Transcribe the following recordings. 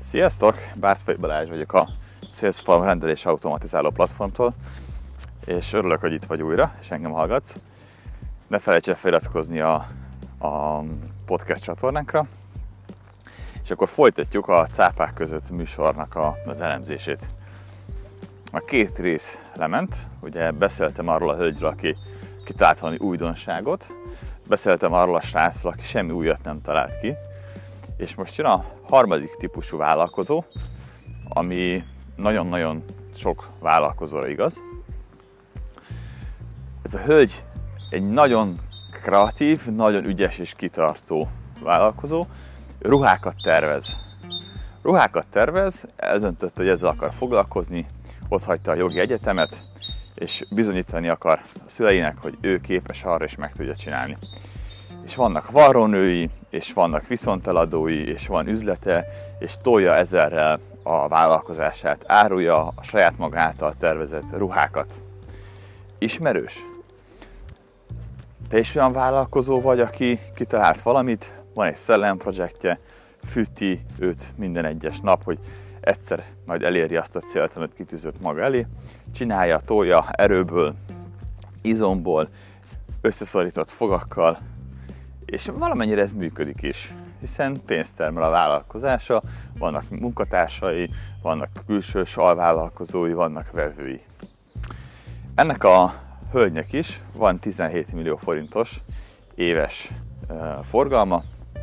Sziasztok! Bártfai Balázs vagyok a Salesforce rendelés automatizáló platformtól, és örülök, hogy itt vagy újra, és engem hallgatsz. Ne felejts el feliratkozni a podcast csatornánkra, és akkor folytatjuk a Cápák között műsornak az elemzését. A két rész lement, ugye beszéltem arról a hölgyről, aki talált valami újdonságot, beszéltem arról a srácról, aki semmi újat nem talált ki, és most jön a harmadik típusú vállalkozó, ami nagyon-nagyon sok vállalkozóra igaz. Ez a hölgy egy nagyon kreatív, nagyon ügyes és kitartó vállalkozó, ruhákat tervez, eldöntött, hogy ezzel akar foglalkozni, otthagyta a jogi egyetemet, és bizonyítani akar a szüleinek, hogy ő képes arra, és meg tudja csinálni. És vannak varrónői, és vannak viszonteladói, és van üzlete, és tolja ezerrel a vállalkozását, árulja a saját maga által tervezett ruhákat. Ismerős? Te is olyan vállalkozó vagy, aki kitalált valamit, van egy szellemprojektje, fűti őt minden egyes nap, hogy egyszer majd eléri azt a célt, amit kitűzött maga elé, csinálja, tolja erőből, izomból, összeszorított fogakkal, és valamennyire ez működik is, hiszen pénzt termel a vállalkozása, vannak munkatársai, vannak külsős alvállalkozói, vannak vevői. Ennek a hölgynek is van 17 millió forintos éves forgalma,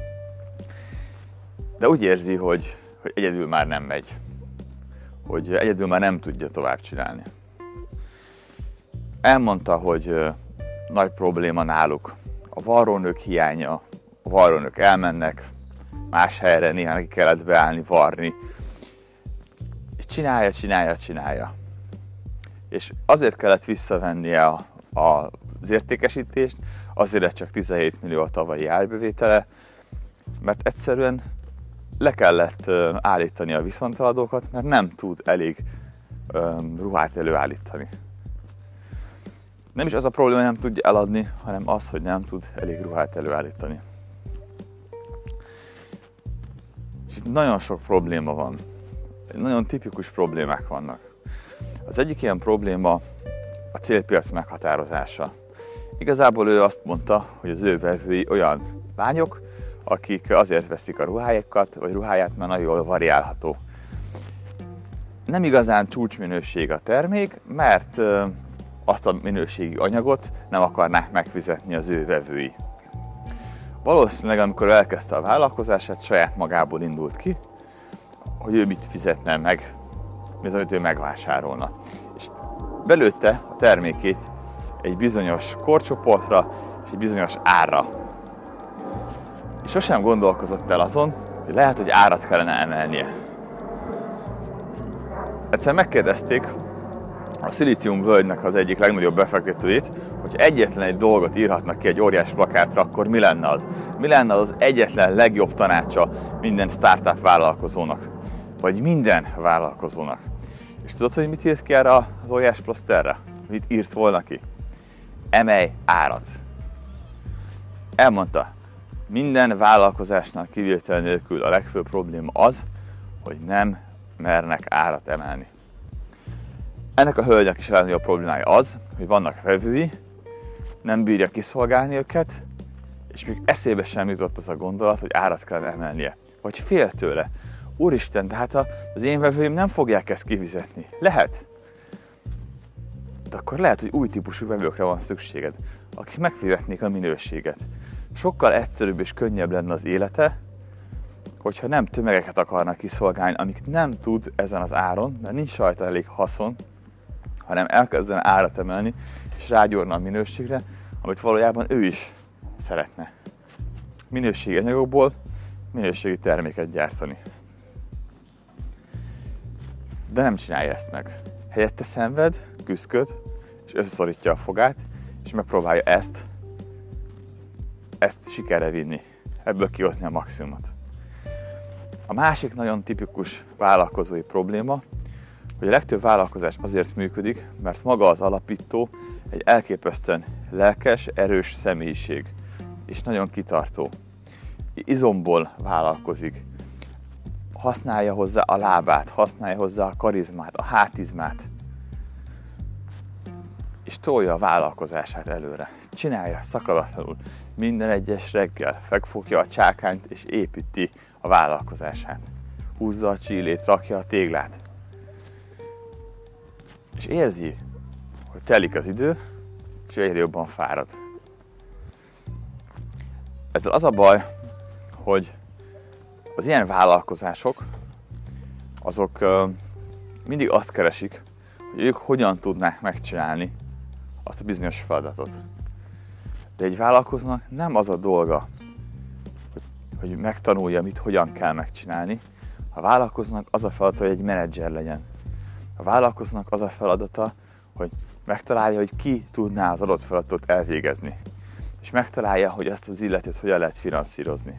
de úgy érzi, hogy egyedül már nem megy, hogy egyedül már nem tudja tovább csinálni. Elmondta, hogy nagy probléma náluk a varrónők hiánya, a varrónők elmennek más helyre, néha neki kellett beállni, varni, és csinálja. És azért kellett visszavennie az értékesítést, azért lett csak 17 millió a tavalyi árbevétele, mert egyszerűen le kellett állítani a viszonteladókat, mert nem tud elég ruhát előállítani. Nem is az a probléma, hogy nem tudja eladni, hanem az, hogy nem tud elég ruhát előállítani. És itt nagyon sok probléma van. Nagyon tipikus problémák vannak. Az egyik ilyen probléma a célpiac meghatározása. Igazából ő azt mondta, hogy az ő vevői olyan lányok, akik azért veszik a ruháját, mert nagyon jól variálható. Nem igazán csúcsminőség a termék, mert azt a minőségi anyagot nem akarnák megfizetni az ő vevői. Valószínűleg, amikor elkezdte a vállalkozását, saját magából indult ki, hogy ő mit fizetne meg, mi az, amit ő megvásárolna. És belőtte a termékét egy bizonyos korcsoportra és egy bizonyos árra. És sosem gondolkozott el azon, hogy lehet, hogy árat kellene emelnie. Egyszer megkérdezték a Szilícium völgynek az egyik legnagyobb befektetőjét, hogy egyetlen egy dolgot írhatnak ki egy óriás plakátra, akkor mi lenne az? Mi lenne az egyetlen legjobb tanácsa minden startup vállalkozónak? Vagy minden vállalkozónak? És tudod, hogy mit írt ki erre az óriás plaszterre? Mit írt volna ki? Emelj árat. Elmondta, minden vállalkozásnál kivétel nélkül a legfőbb probléma az, hogy nem mernek árat emelni. Ennek a hölgynek is a legnagyobb problémája az, hogy vannak vevői, nem bírja kiszolgálni őket, és még eszébe sem jutott az a gondolat, hogy árat kell emelnie. Vagy fél tőle. Úristen, de hát az én vevőim nem fogják ezt kifizetni. Lehet. De akkor lehet, hogy új típusú vevőkre van szükséged, akik megfizetnék a minőséget. Sokkal egyszerűbb és könnyebb lenne az élete, hogyha nem tömegeket akarnak kiszolgálni, amik nem tud ezen az áron, mert nincs rajta elég haszon, hanem elkezdene árat emelni, és rágyúrna a minőségre, amit valójában ő is szeretne. Minőségi anyagokból minőségi terméket gyártani. De nem csinálja ezt meg. Helyette szenved, küszköd, és összeszorítja a fogát, és megpróbálja ezt sikerre vinni, ebből kihozni a maximumot. A másik nagyon tipikus vállalkozói probléma, hogy a legtöbb vállalkozás azért működik, mert maga az alapító egy elképesztően lelkes, erős személyiség, és nagyon kitartó. Izomból vállalkozik. használja hozzá a lábát, használja hozzá a karizmát, a hátizmát, és tolja a vállalkozását előre. Csinálja szakadatlanul. Minden egyes reggel megfogja a csákányt és építi a vállalkozását. Húzza a csílét, rakja a téglát. És érzi, hogy telik az idő, és egyre jobban fárad. Ezzel az a baj, hogy az ilyen vállalkozások, azok mindig azt keresik, hogy ők hogyan tudnák megcsinálni azt a bizonyos feladatot. De egy vállalkozónak nem az a dolga, hogy megtanulja, hogyan kell megcsinálni. A vállalkozónak az a feladata, hogy egy menedzser legyen. A vállalkozónak az a feladata, hogy megtalálja, hogy ki tudná az adott feladatot elvégezni. És megtalálja, hogy ezt az illetőt hogyan lehet finanszírozni.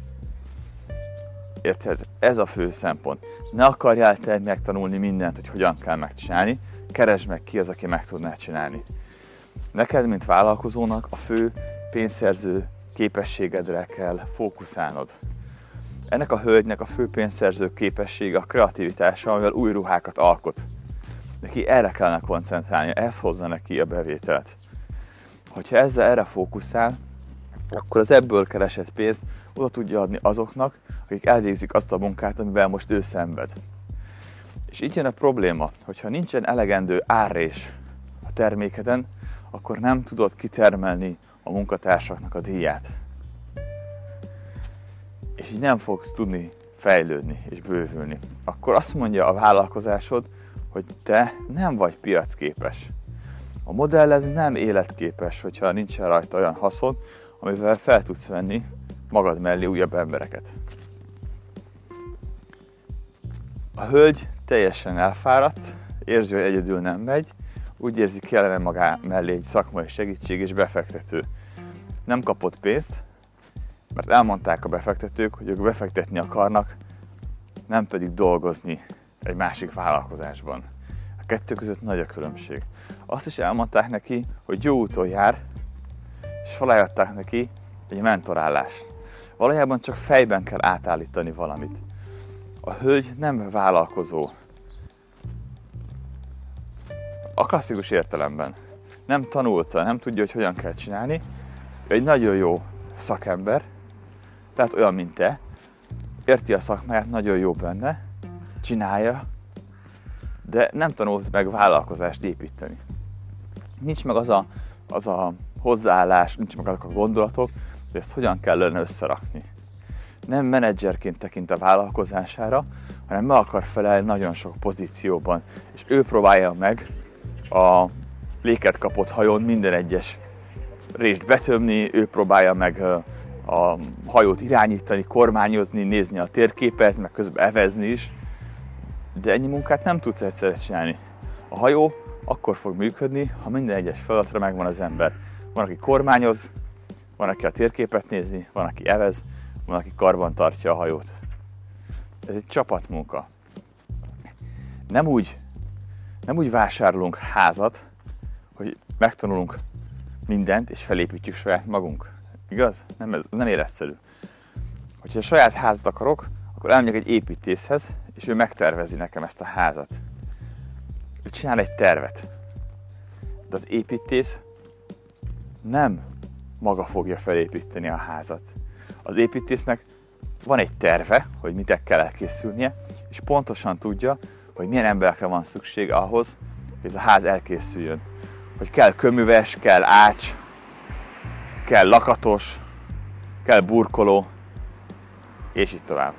Érted? Ez a fő szempont. Ne akarjál te megtanulni mindent, hogy hogyan kell megcsinálni, keresd meg ki az, aki meg tudná csinálni. Neked, mint vállalkozónak a fő pénzszerző képességedre kell fókuszálnod. Ennek a hölgynek a fő pénzszerző képessége a kreativitása, amivel új ruhákat alkot. Neki erre kellene koncentrálnia, ez hozza neki a bevételt. Hogyha erre fókuszál, akkor az ebből keresett pénzt oda tudja adni azoknak, akik elvégzik azt a munkát, amivel most ő szenved. És így jön a probléma, hogyha nincsen elegendő árrés a termékeden, akkor nem tudod kitermelni a munkatársaknak a díját. És így nem fogsz tudni fejlődni és bővülni. Akkor azt mondja a vállalkozásod, hogy te nem vagy piacképes. A modelled nem életképes, hogyha nincsen rajta olyan haszon, amivel fel tudsz venni magad mellé újabb embereket. A hölgy teljesen elfáradt, érzi, hogy egyedül nem megy, úgy érzi, kellene magá mellé egy szakmai segítség és befektető. Nem kapott pénzt, mert elmondták a befektetők, hogy ők befektetni akarnak, nem pedig dolgozni egy másik vállalkozásban. A kettő között nagy a különbség. Azt is elmondták neki, hogy jó úton jár, és felajánlották neki egy mentorálást. Valójában csak fejben kell átállítani valamit. A hölgy nem vállalkozó. A klasszikus értelemben. Nem tanulta, nem tudja, hogy hogyan kell csinálni. Ő egy nagyon jó szakember, tehát olyan, mint te. Érti a szakmáját, nagyon jó benne, csinálja, de nem tanult meg vállalkozást építeni. Nincs meg az a hozzáállás, nincs meg azok a gondolatok, hogy ezt hogyan kellene összerakni. Nem menedzserként tekint a vállalkozására, hanem meg akar felelni nagyon sok pozícióban, és ő próbálja meg a léket kapott hajón minden egyes rést betömni, ő próbálja meg a hajót irányítani, kormányozni, nézni a térképet, meg közben evezni is, de ennyi munkát nem tudsz egyszerre csinálni. A hajó akkor fog működni, ha minden egyes feladatra megvan az ember. Van, aki kormányoz, van, aki a térképet nézi, van, aki evez, van, aki karban tartja a hajót. Ez egy csapatmunka. Nem úgy vásárolunk házat, hogy megtanulunk mindent és felépítjük saját magunk. Igaz? Nem életszerű. Hogyha saját házat akarok, akkor elmegyek egy építészhez, és ő megtervezi nekem ezt a házat. Ő csinál egy tervet. De az építész nem maga fogja felépíteni a házat. Az építésznek van egy terve, hogy mit kell elkészülnie, és pontosan tudja, hogy milyen emberekre van szükség ahhoz, hogy ez a ház elkészüljön. Hogy kell köműves, kell ács, kell lakatos, kell burkoló, és így tovább.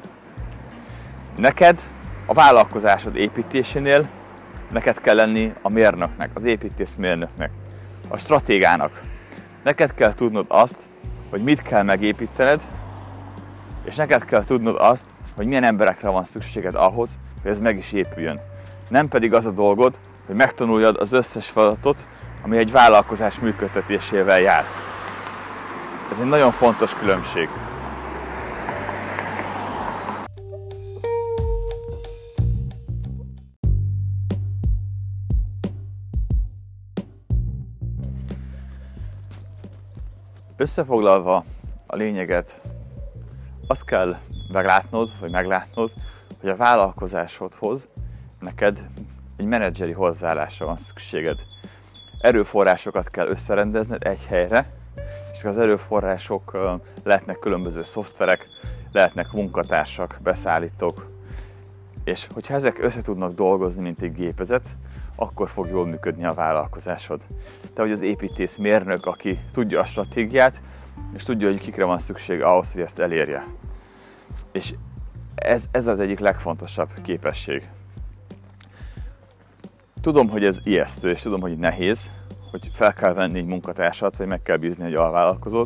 Neked a vállalkozásod építésénél neked kell lenni a mérnöknek, az építészmérnöknek, a stratégának. Neked kell tudnod azt, hogy mit kell megépítened, és neked kell tudnod azt, hogy milyen emberekre van szükséged ahhoz, hogy ez meg is épüljön. Nem pedig az a dolgod, hogy megtanuljad az összes feladatot, ami egy vállalkozás működtetésével jár. Ez egy nagyon fontos különbség. Összefoglalva a lényeget, azt kell meglátnod, hogy a vállalkozásodhoz neked egy menedzseri hozzáállásra van szükséged. Erőforrásokat kell összerendezned egy helyre, és az erőforrások lehetnek különböző szoftverek, lehetnek munkatársak, beszállítók, és hogyha ezek össze tudnak dolgozni, mint egy gépezet, akkor fog jól működni a vállalkozásod. Te vagy az építész mérnök, aki tudja a stratégiát, és tudja, hogy kikre van szükség ahhoz, hogy ezt elérje. És ez az egyik legfontosabb képesség. Tudom, hogy ez ijesztő, és tudom, hogy nehéz, hogy fel kell venni egy munkatársat, vagy meg kell bízni egy alvállalkozót,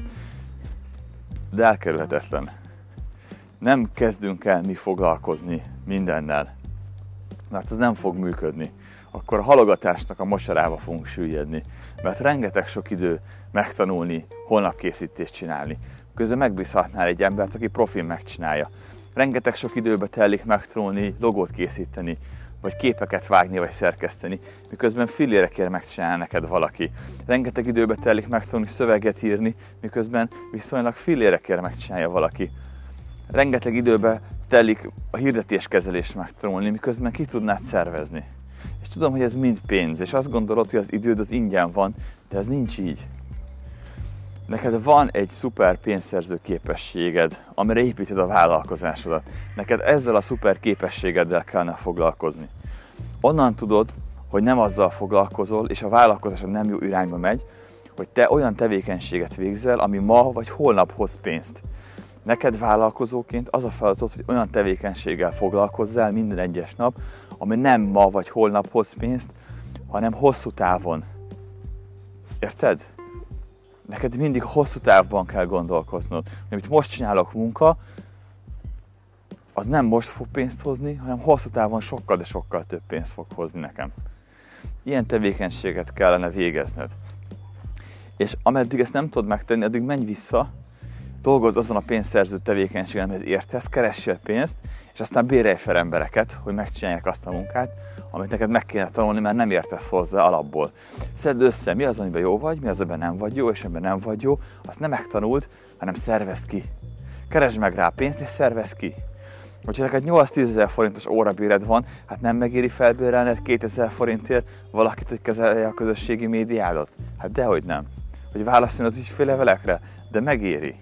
de elkerülhetetlen. Nem kezdünk el mi foglalkozni mindennel, mert ez nem fog működni. Akkor a halogatásnak a mosarába fogunk süllyedni, mert rengeteg sok idő megtanulni, honlapkészítést csinálni. Közben megbízhatnál egy embert, aki profin megcsinálja. Rengeteg sok időbe telik megtanulni, logót készíteni, vagy képeket vágni, vagy szerkeszteni, miközben fillérekért megcsinál neked valaki. Rengeteg időbe telik megtanulni szöveget írni, miközben viszonylag fillérekért megcsinálja valaki. Rengeteg időbe telik a hirdetéskezelést megtanulni, miközben ki tudnád szervezni. És tudom, hogy ez mind pénz, és azt gondolod, hogy az időd az ingyen van, de ez nincs így. Neked van egy szuper pénzszerző képességed, amire építed a vállalkozásodat. Neked ezzel a szuper képességeddel kellene foglalkozni. Onnan tudod, hogy nem azzal foglalkozol, és a vállalkozásod nem jó irányba megy, hogy te olyan tevékenységet végzel, ami ma vagy holnap hoz pénzt. Neked vállalkozóként az a feladatod, hogy olyan tevékenységgel foglalkozzál minden egyes nap, ami nem ma vagy holnap hoz pénzt, hanem hosszú távon. Érted? Neked mindig hosszú távban kell gondolkoznod. Amit most csinálok munka, az nem most fog pénzt hozni, hanem hosszú távon sokkal, de sokkal több pénzt fog hozni nekem. Ilyen tevékenységet kellene végezned. És ameddig ezt nem tudod megtenni, addig menj vissza, dolgozz azon a pénzszerző tevékenységen, amihez értesz, keressél pénzt, és aztán bérelj fel embereket, hogy megcsinálják azt a munkát, amit neked meg kéne tanulni, mert nem értesz hozzá alapból. Szedd össze, mi az, amiben jó vagy, mi az, amiben nem vagy jó, és amiben nem vagy jó, azt nem megtanult, hanem szervezd ki. Keresd meg rá pénzt, és szervezd ki. Hogyha neked 8-10 ezer forintos órabéred van, hát nem megéri felbérelned 2000 forintért valakit, hogy kezelje a közösségi médiádat? Hát dehogy nem. Hogy válaszoljon az ügyféllevelekre? De megéri.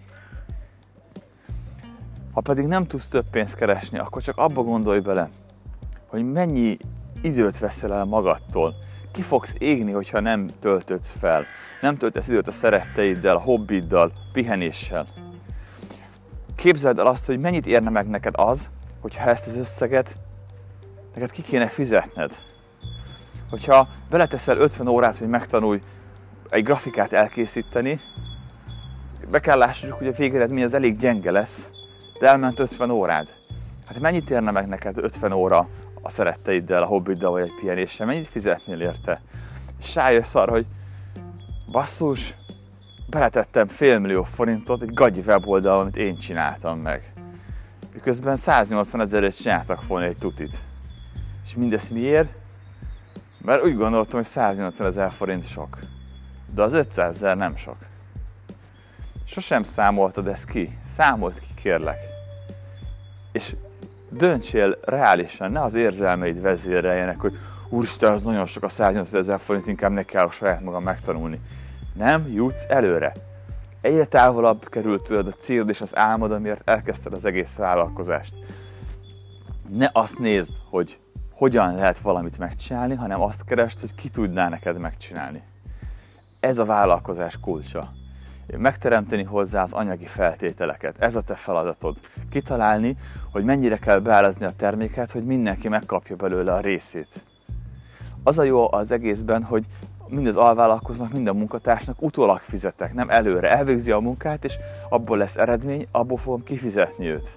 Ha pedig nem tudsz több pénzt keresni, akkor csak abba gondolj bele, hogy mennyi időt veszel el magadtól. Ki fogsz égni, hogyha nem töltödsz fel. Nem töltesz időt a szeretteiddel, a hobbiddal, pihenéssel. Képzeld el azt, hogy mennyit érne meg neked az, hogyha ezt az összeget neked ki kéne fizetned. Hogyha beleteszel 50 órát, hogy megtanulj egy grafikát elkészíteni, be kell lássuk, hogy a végeredmény az elég gyenge lesz, de elment 50 órád. Hát mennyit érne meg neked 50 óra a szeretteiddel, a hobbiddal vagy egy pihenéssel? Mennyit fizetnél érte? És rájössz arra, hogy basszus, beletettem $500 000 forintot egy gagyi weboldal, amit én csináltam meg. Miközben 180 000-ért csináltak volna egy tutit. És mindezt miért? Mert úgy gondoltam, hogy 180 000 forint sok. De az 500 000 nem sok. Sosem számoltad ezt ki. Számold ki, kérlek. És döntsél reálisan, ne az érzelmeid vezéreljenek, hogy úristen, az nagyon sok, a 180 000 forint, inkább ne kell saját magam megtanulni. Nem jutsz előre. Egyre távolabb kerül tőled a célod és az álmod, amiért elkezdted az egész vállalkozást. Ne azt nézd, hogy hogyan lehet valamit megcsinálni, hanem azt keresd, hogy ki tudná neked megcsinálni. Ez a vállalkozás kulcsa. Megteremteni hozzá az anyagi feltételeket. Ez a te feladatod. Kitalálni, hogy mennyire kell beárazni a terméket, hogy mindenki megkapja belőle a részét. Az a jó az egészben, hogy mind az alvállalkozónak, mind a munkatársnak utólag fizetek, nem előre. Elvégzi a munkát, és abból lesz eredmény, abból fogom kifizetni őt.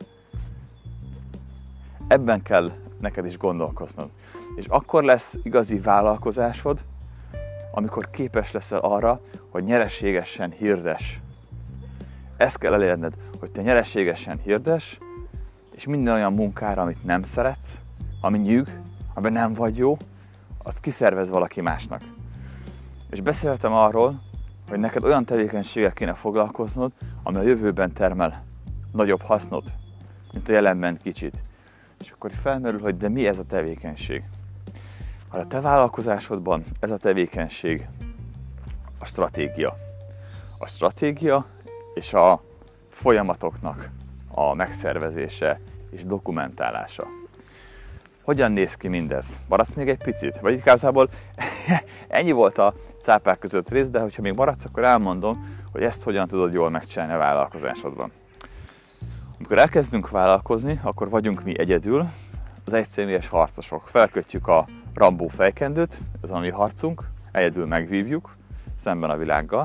Ebben kell neked is gondolkoznod. És akkor lesz igazi vállalkozásod, amikor képes leszel arra, hogy nyereségesen hirdess. Ezt kell elérned, hogy te nyereségesen hirdess, és minden olyan munkára, amit nem szeretsz, ami nyűg, amiben nem vagy jó, azt kiszervez valaki másnak. És beszéltem arról, hogy neked olyan tevékenységgel kéne foglalkoznod, ami a jövőben termel nagyobb hasznot, mint a jelenben kicsit. És akkor felmerül, hogy de mi ez a tevékenység? Ha a te vállalkozásodban ez a tevékenység a stratégia. A stratégia és a folyamatoknak a megszervezése és dokumentálása. Hogyan néz ki mindez? Maradsz még egy picit? Vagy igazából ennyi volt a cápák között rész, de hogyha még maradsz, akkor elmondom, hogy ezt hogyan tudod jól megcsinálni a vállalkozásodban. Amikor elkezdünk vállalkozni, akkor vagyunk mi egyedül, az egyszemélyes harcosok. Felkötjük a Rambó fejkendőt, ez a mi harcunk, egyedül megvívjuk, szemben a világgal.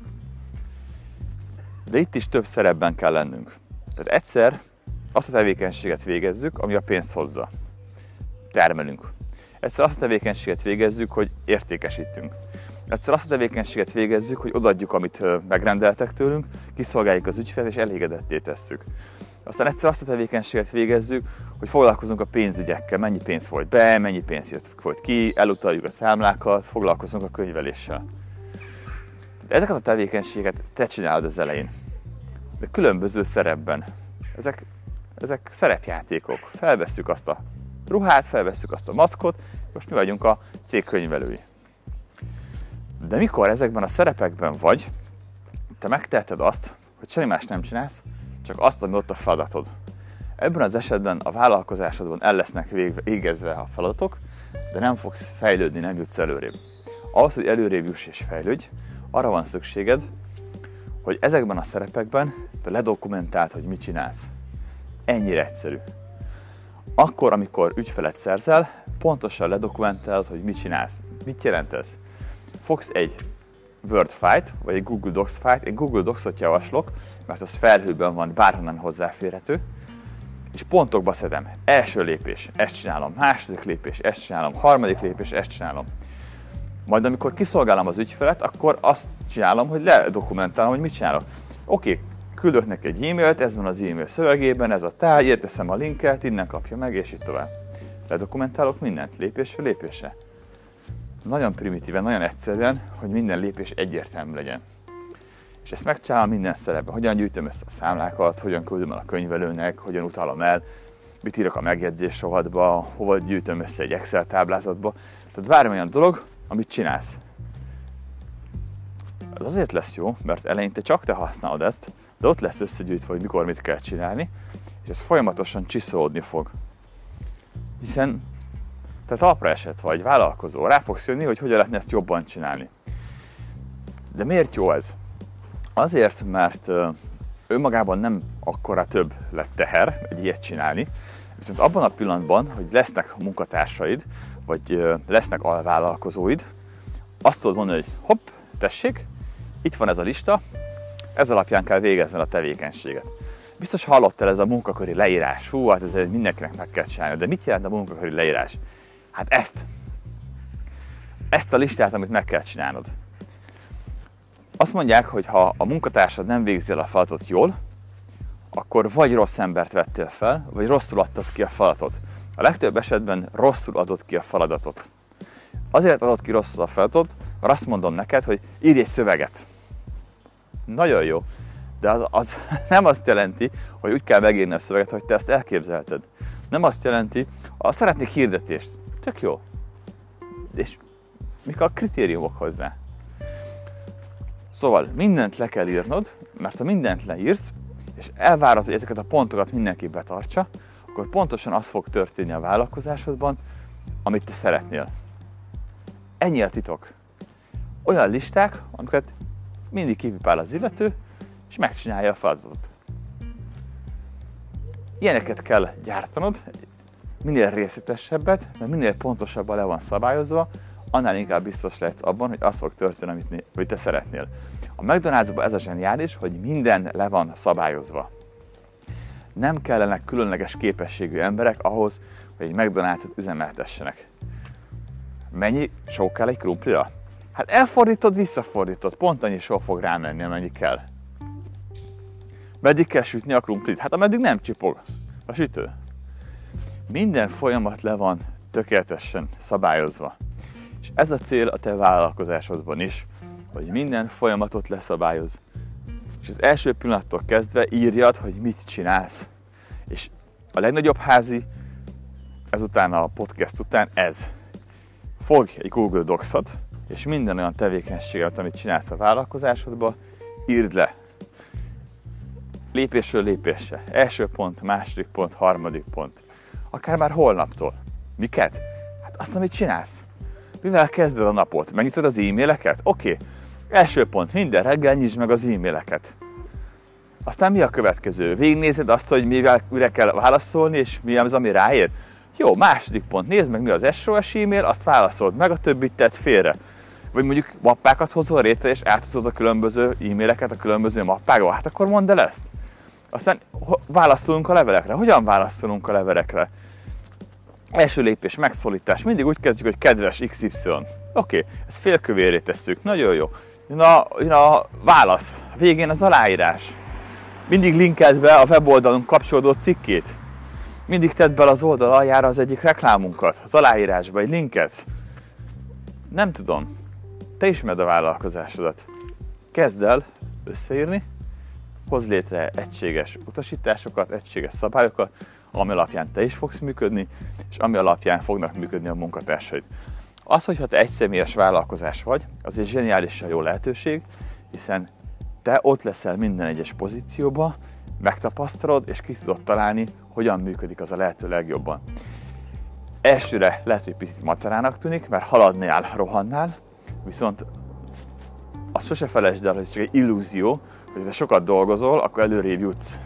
De itt is több szerepben kell lennünk. Tehát egyszer azt a tevékenységet végezzük, ami a pénzt hozza. Termelünk. Egyszer azt a tevékenységet végezzük, hogy értékesítünk. Egyszer azt a tevékenységet végezzük, hogy odaadjuk, amit megrendeltek tőlünk, kiszolgáljuk az ügyfelet és elégedetté tesszük. Aztán egyszer azt a tevékenységet végezzük, hogy foglalkozunk a pénzügyekkel, mennyi pénz folyt be, mennyi pénz folyt ki, elutaljuk a számlákat, foglalkozunk a könyveléssel. Ezeket a tevékenységeket te csinálod az elején, de különböző szerepben. Ezek szerepjátékok. Felvesszük azt a ruhát, felvesszük azt a maszkot, most mi vagyunk a cég könyvelői. De mikor ezekben a szerepekben vagy, te megteheted azt, hogy semmi más nem csinálsz, csak azt, ami ott a feladatod. Ebben az esetben a vállalkozásodban el lesznek végezve a feladatok, de nem fogsz fejlődni, nem jutsz előrébb. Ahhoz, hogy előrébb juss és fejlődj, arra van szükséged, hogy ezekben a szerepekben te ledokumentáld, hogy mit csinálsz. Ennyire egyszerű. Akkor, amikor ügyfelet szerzel, pontosan ledokumentálod, hogy mit csinálsz. Mit jelent ez? Fogsz egy Word file-t, vagy egy Google Docs file-t, egy Google Docs-ot javaslok, mert az felhőben van, bárhonnan hozzáférhető, és pontokba szedem. Első lépés, ezt csinálom, második lépés, ezt csinálom, harmadik lépés, ezt csinálom. Majd amikor kiszolgálom az ügyfelet, akkor azt csinálom, hogy ledokumentálom, hogy mit csinálok. Oké, küldök neki egy e-mailt, ez van az e-mail szövegében, ez a tárgy, ide teszem a linket, innen kapja meg, és így tovább. Ledokumentálok mindent, lépésről lépésre. Nagyon primitíven, nagyon egyszerűen, hogy minden lépés egyértelmű legyen. És ezt megcsinálom minden szerepben. Hogyan gyűjtöm össze a számlákat, hogyan küldöm el a könyvelőnek, hogyan utalom el, mit írok a megjegyzés rovatba, hova gyűjtöm össze egy Excel táblázatba. Tehát bármilyen dolog, amit csinálsz. Ez azért lesz jó, mert eleinte csak te használod ezt, de ott lesz összegyűjtve, hogy mikor mit kell csinálni, és ez folyamatosan csiszolódni fog. Hiszen te talpra esett vagy, vállalkozó, rá fogsz jönni, hogy hogyan lehetne ezt jobban csinálni. De miért jó ez? Azért, mert önmagában nem akkora több lett teher egy ilyet csinálni, viszont abban a pillanatban, hogy lesznek munkatársaid, vagy lesznek alvállalkozóid, azt tudod mondani, hogy hopp, tessék, itt van ez a lista, ez alapján kell végezni a tevékenységet. Biztos hallottál ez a munkaköri leírás, hú, hát ez mindenkinek meg kell csinálni, de mit jelent a munkaköri leírás? Hát ezt a listát, amit meg kell csinálnod. Azt mondják, hogy ha a munkatársad nem végzi el a feladatot jól, akkor vagy rossz embert vettél fel, vagy rosszul adtad ki a feladatot. A legtöbb esetben rosszul adod ki a feladatot. Azért adod ki rosszul a feladatot, mert azt mondom neked, hogy írj egy szöveget. Nagyon jó, de az nem azt jelenti, hogy úgy kell megírni a szöveget, hogy te ezt elképzelted. Nem azt jelenti, szeretnék hirdetést. Tök jó. És mik a kritériumok hozzá? Szóval mindent le kell írnod, mert ha mindent leírsz, és elvárod, hogy ezeket a pontokat mindenki betartsa, akkor pontosan az fog történni a vállalkozásodban, amit te szeretnél. Ennyi a titok. Olyan listák, amiket mindig kipipál az illető, és megcsinálja a feladatot. Ilyeneket kell gyártanod, minél részletesebbet, mert minél pontosabban le van szabályozva, annál inkább biztos lehetsz abban, hogy az fog történni, amit te szeretnél. A McDonald'sban ez a zseniális, hogy minden le van szabályozva. Nem kellenek különleges képességű emberek ahhoz, hogy egy McDonald'sot üzemeltessenek. Mennyi só kell egy krumplira? Hát elfordítod, visszafordítod, pont annyi só fog rámenni, amennyi kell. Meddig kell sütni a krumplit? Hát ameddig nem csipog a sütő. Minden folyamat le van tökéletesen szabályozva. És ez a cél a te vállalkozásodban is, hogy minden folyamatot leszabályoz. És az első pillanattól kezdve írjad, hogy mit csinálsz. És a legnagyobb házi ezután a podcast után ez. Fogj egy Google Docs-ot, és minden olyan tevékenységet, amit csinálsz a vállalkozásodba, írd le. Lépésről lépésre. Első pont, második pont, harmadik pont. Akár már holnaptól. Miket? Hát azt, amit csinálsz. Mivel kezded a napot? Megnyitod az e-maileket? Oké. Első pont, minden reggel nyisd meg az e-maileket. Aztán mi a következő? Végignézed azt, hogy mire kell válaszolni, és mi az, ami ráér? Jó, második pont, nézd meg, mi az SOS e-mail, azt válaszold meg, a többit tedd félre. Vagy mondjuk mappákat hozol létre, és áthozod a különböző e-maileket a különböző mappákba. Hát akkor mondd el ezt. Aztán válaszolunk a levelekre. Hogyan válaszolunk a levelekre? Első lépés, megszólítás. Mindig úgy kezdjük, hogy kedves XY. Oké, ezt félkövérré tesszük. Nagyon jó. Jön a válasz. Végén az aláírás. Mindig linkeld be a weboldalunk kapcsolódó cikkét. Mindig tedd be az oldal aljára az egyik reklámunkat, az aláírásba egy linket. Nem tudom. Te ismered a vállalkozásodat. Kezd el összeírni, hozz létre egységes utasításokat, egységes szabályokat, ami alapján te is fogsz működni, és ami alapján fognak működni a munkatársaid. Az, hogyha te egyszemélyes vállalkozás vagy, az egy zseniálisan jó lehetőség, hiszen te ott leszel minden egyes pozícióban, megtapasztalod, és ki tudod találni, hogyan működik az a lehető legjobban. Elsőre lehet, hogy picit macerának tűnik, mert haladnál, rohannál, viszont azt sose felejtsd el, hogy ez csak egy illúzió, hogy ha sokat dolgozol, akkor előrébb jutsz.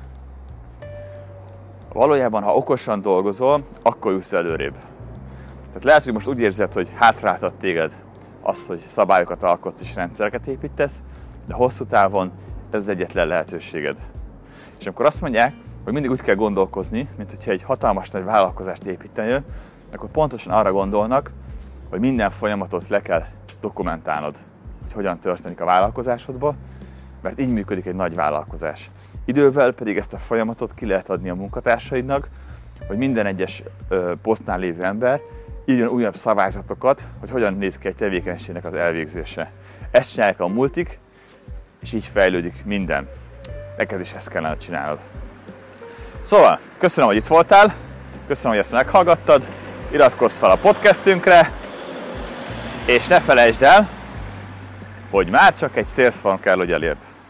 Valójában, ha okosan dolgozol, akkor jutsz előrébb. Tehát lehet, hogy most úgy érzed, hogy hátráltat téged az, hogy szabályokat alkotsz és rendszereket építesz, de hosszú távon ez az egyetlen lehetőséged. És amikor azt mondják, hogy mindig úgy kell gondolkozni, mint hogyha egy hatalmas nagy vállalkozást építenél, akkor pontosan arra gondolnak, hogy minden folyamatot le kell dokumentálnod, hogy hogyan történik a vállalkozásodban, mert így működik egy nagy vállalkozás. Idővel pedig ezt a folyamatot ki lehet adni a munkatársaidnak, hogy minden egyes posztnál lévő ember írjon újabb szabályzatokat, hogy hogyan néz ki egy tevékenységnek az elvégzése. Ezt csinálják a multik, és így fejlődik minden. Neked is ezt kellene csinálnod. Szóval, köszönöm, hogy itt voltál, köszönöm, hogy ezt meghallgattad, iratkozz fel a podcastünkre, és ne felejtsd el, hogy már csak egy sales form kell, hogy elérd.